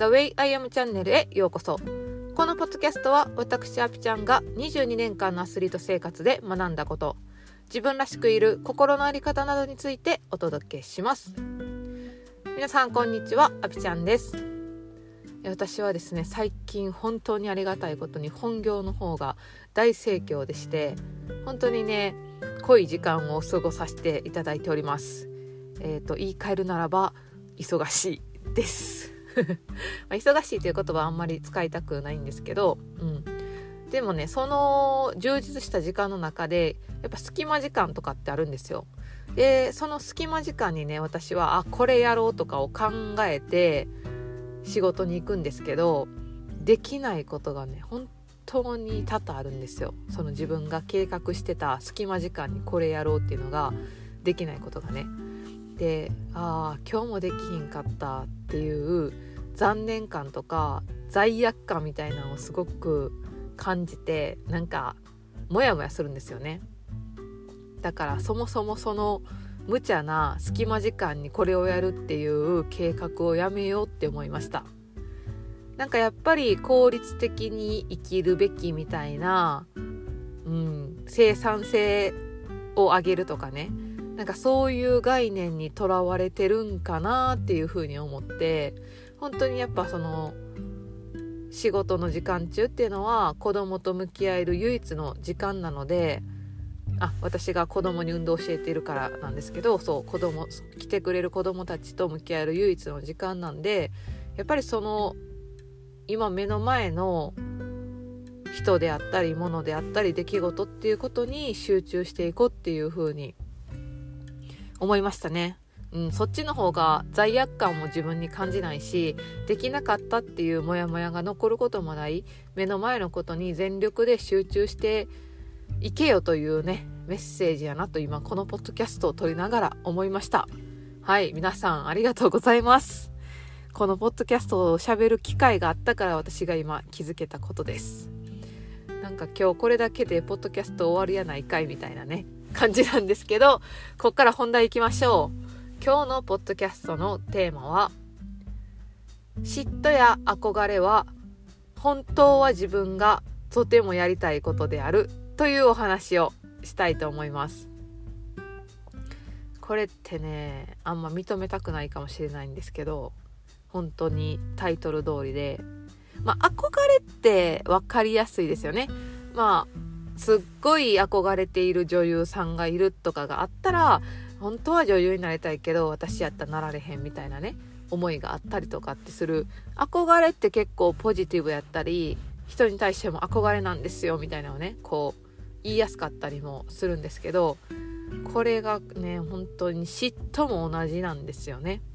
Way I Am チャンネルへようこそ。このポッドキャストは私アピちゃんが22年間のアスリート生活で学んだこと、自分らしくいる心の在り方などについてお届けします。皆さんこんにちは、アピちゃんです。私はですね、最近本当にありがたいことに本業の方が大盛況でして、本当にね濃い時間を過ごさせていただいております。言い換えるならば忙しいです忙しいという言葉はあんまり使いたくないんですけど、でもね、その充実した時間の中でやっぱ隙間時間とかってあるんですよ。でその隙間時間にね、私はこれやろうとかを考えて仕事に行くんですけど、できないことがね本当に多々あるんですよ。その自分が計画してた隙間時間にこれやろうっていうのができないことがね。で今日もできひんかったっていう残念感とか罪悪感みたいなのをすごく感じて、なんかモヤモヤするんですよね。だからそもそもその無茶な隙間時間にこれをやるっていう計画をやめようって思いました。なんかやっぱり効率的に生きるべきみたいな、生産性を上げるとかね、なんかそういう概念にとらわれてるんかなっていうふうに思って、本当にやっぱその仕事の時間中っていうのは子供と向き合える唯一の時間なので、私が子供に運動を教えているからなんですけど、来てくれる子供たちと向き合える唯一の時間なんで、やっぱりその今目の前の人であったり物であったり出来事っていうことに集中していこうっていう風に思いましたね。そっちの方が罪悪感も自分に感じないし、できなかったっていうモヤモヤが残ることもない、目の前のことに全力で集中していけよというねメッセージやなと今このポッドキャストを撮りながら思いました。はい、皆さんありがとうございます。このポッドキャストを喋る機会があったから私が今気づけたことです。なんか今日これだけでポッドキャスト終わるやないかいみたいなね感じなんですけど、こっから本題行きましょう。今日のポッドキャストのテーマは、嫉妬や憧れは本当は自分がとてもやりたいことであるというお話をしたいと思います。これってね、あんま認めたくないかもしれないんですけど、本当にタイトル通りで、憧れって分かりやすいですよね。すっごい憧れている女優さんがいるとかがあったら、本当は女優になりたいけど私やったらなられへんみたいなね思いがあったりとかってする。憧れって結構ポジティブやったり、人に対しても憧れなんですよみたいなのをねこう言いやすかったりもするんですけど、これがね本当に嫉妬も同じなんですよね。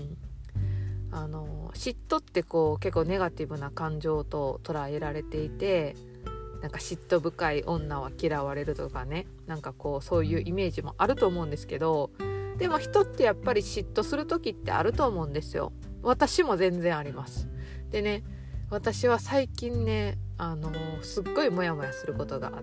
嫉妬ってこう結構ネガティブな感情と捉えられていて、なんか嫉妬深い女は嫌われるとかね、なんかこうそういうイメージもあると思うんですけど、でも人ってやっぱり嫉妬する時ってあると思うんですよ。私も全然あります。でね、私は最近ねすっごいモヤモヤすることがあって、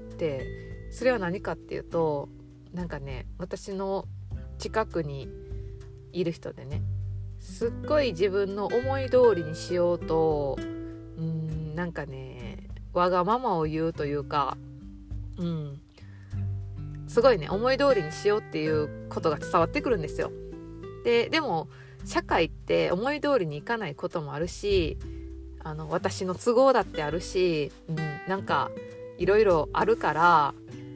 それは何かっていうと、なんかね私の近くにいる人でね、すっごい自分の思い通りにしようとなんかねわがままを言うというか、すごいね思い通りにしようっていうことが伝わってくるんですよ。でも社会って思い通りにいかないこともあるし、私の都合だってあるし、なんかいろいろあるから、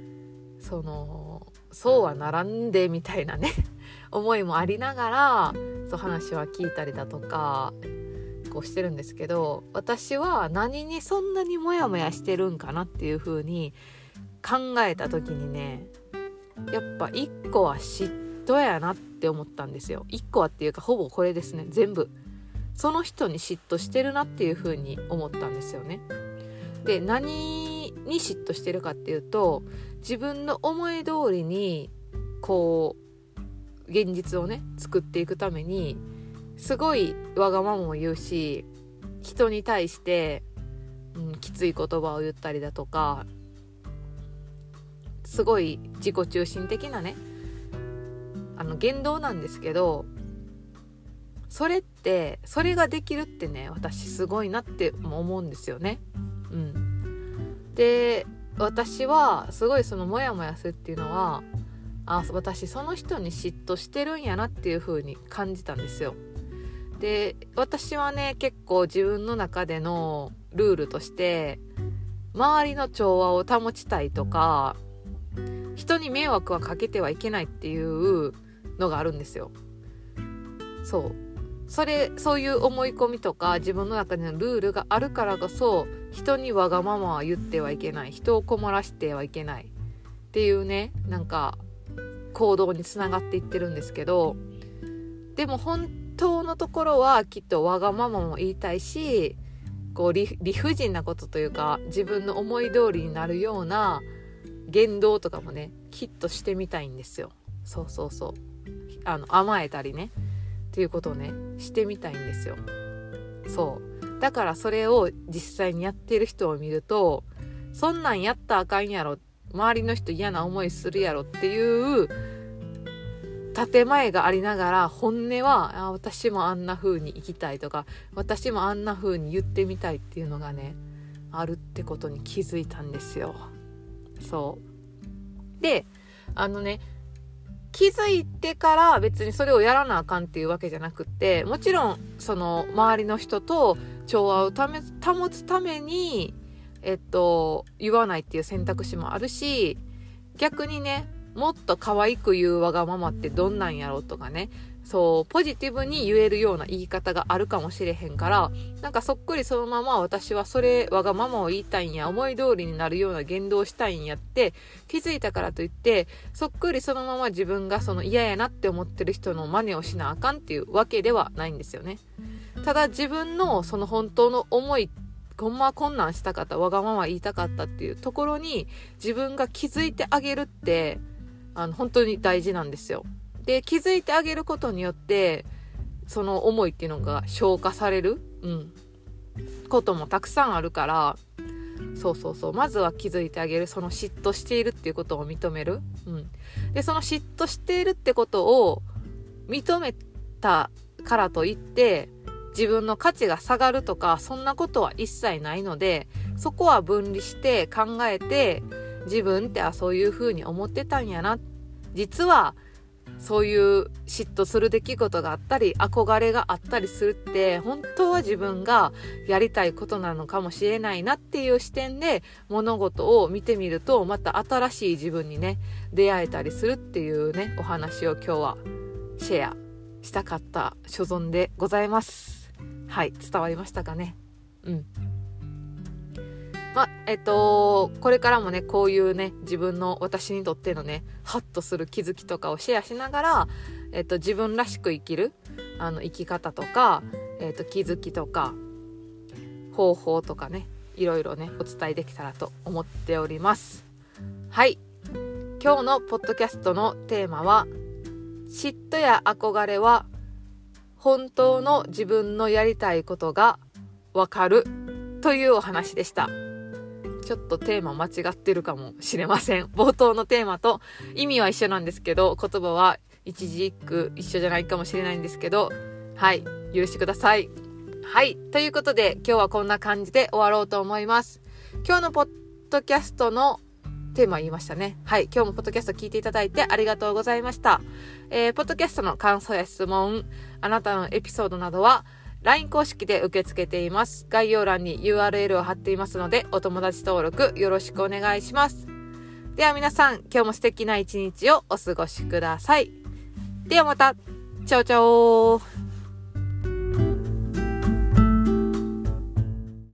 そうはならんでみたいなね思いもありながら、そう話は聞いたりだとかこうしてるんですけど、私は何にそんなにモヤモヤしてるんかなっていう風に考えた時にね、やっぱ一個は嫉妬やなって思ったんですよ。一個はっていうかほぼこれですね。全部その人に嫉妬してるなっていう風に思ったんですよね。で、何に嫉妬してるかっていうと、自分の思い通りにこう現実をね作っていくためにすごいわがままも言うし、人に対して、きつい言葉を言ったりだとか、すごい自己中心的なね言動なんですけど、 それができるってね、私すごいなって思うんですよね。で、私はすごいそのモヤモヤするっていうのは、私その人に嫉妬してるんやなっていう風に感じたんですよ。で、私はね、結構自分の中でのルールとして周りの調和を保ちたいとか、人に迷惑はかけてはいけないっていうのがあるんですよ。そういう思い込みとか自分の中でのルールがあるからこそ、人にわがままは言ってはいけない、人を困らしてはいけないっていうね、なんか行動につながっていってるんですけど、でも本当のところはきっとわがままも言いたいし、こう理不尽なことというか、自分の思い通りになるような言動とかもね、きっとしてみたいんですよ。甘えたりねっていうことをね、してみたいんですよ。だからそれを実際にやってる人を見ると、そんなんやったらあかんやろ、周りの人嫌な思いするやろっていう建前がありながら、本音は私もあんな風に生きたいとか、私もあんな風に言ってみたいっていうのがね、あるってことに気づいたんですよ。で、気づいてから別にそれをやらなあかんっていうわけじゃなくって、もちろんその周りの人と調和を保つために言わないっていう選択肢もあるし、逆にね、もっと可愛く言うわがままってどんなんやろうとかね、ポジティブに言えるような言い方があるかもしれへんから、なんかそっくりそのまま私はわがままを言いたいんや、思い通りになるような言動をしたいんやって気づいたからといって、そっくりそのまま自分がその嫌やなって思ってる人の真似をしなあかんっていうわけではないんですよね。ただ自分のその本当の思い、こんなんしたかった、わがまま言いたかったっていうところに自分が気づいてあげるって本当に大事なんですよ。で、気づいてあげることによってその思いっていうのが消化される、こともたくさんあるから、まずは気づいてあげる、その嫉妬しているっていうことを認める、で、その嫉妬しているってことを認めたからといって自分の価値が下がるとか、そんなことは一切ないので、そこは分離して考えて、自分ってそういう風に思ってたんやな、実はそういう嫉妬する出来事があったり憧れがあったりするって本当は自分がやりたいことなのかもしれないなっていう視点で物事を見てみると、また新しい自分にね出会えたりするっていうね、お話を今日はシェアしたかった所存でございます。はい、伝わりましたかね。これからもね、こういうね、私にとってのね、ハッとする気づきとかをシェアしながら、自分らしく生きる生き方とか、気づきとか方法とかね、いろいろねお伝えできたらと思っております。はい、今日のポッドキャストのテーマは、嫉妬や憧れは本当の自分のやりたいことがわかるというお話でした。ちょっとテーマ間違ってるかもしれません。冒頭のテーマと意味は一緒なんですけど、言葉は一字一句一緒じゃないかもしれないんですけど、はい、許してください。はい、ということで今日はこんな感じで終わろうと思います。今日のポッドキャストのテーマ言いましたね。はい、今日もポッドキャスト聞いていただいてありがとうございました。ポッドキャストの感想や質問、あなたのエピソードなどはLINE 公式で受け付けています。概要欄に URL を貼っていますので、お友達登録よろしくお願いします。では皆さん、今日も素敵な一日をお過ごしください。ではまた。チャオチャオ。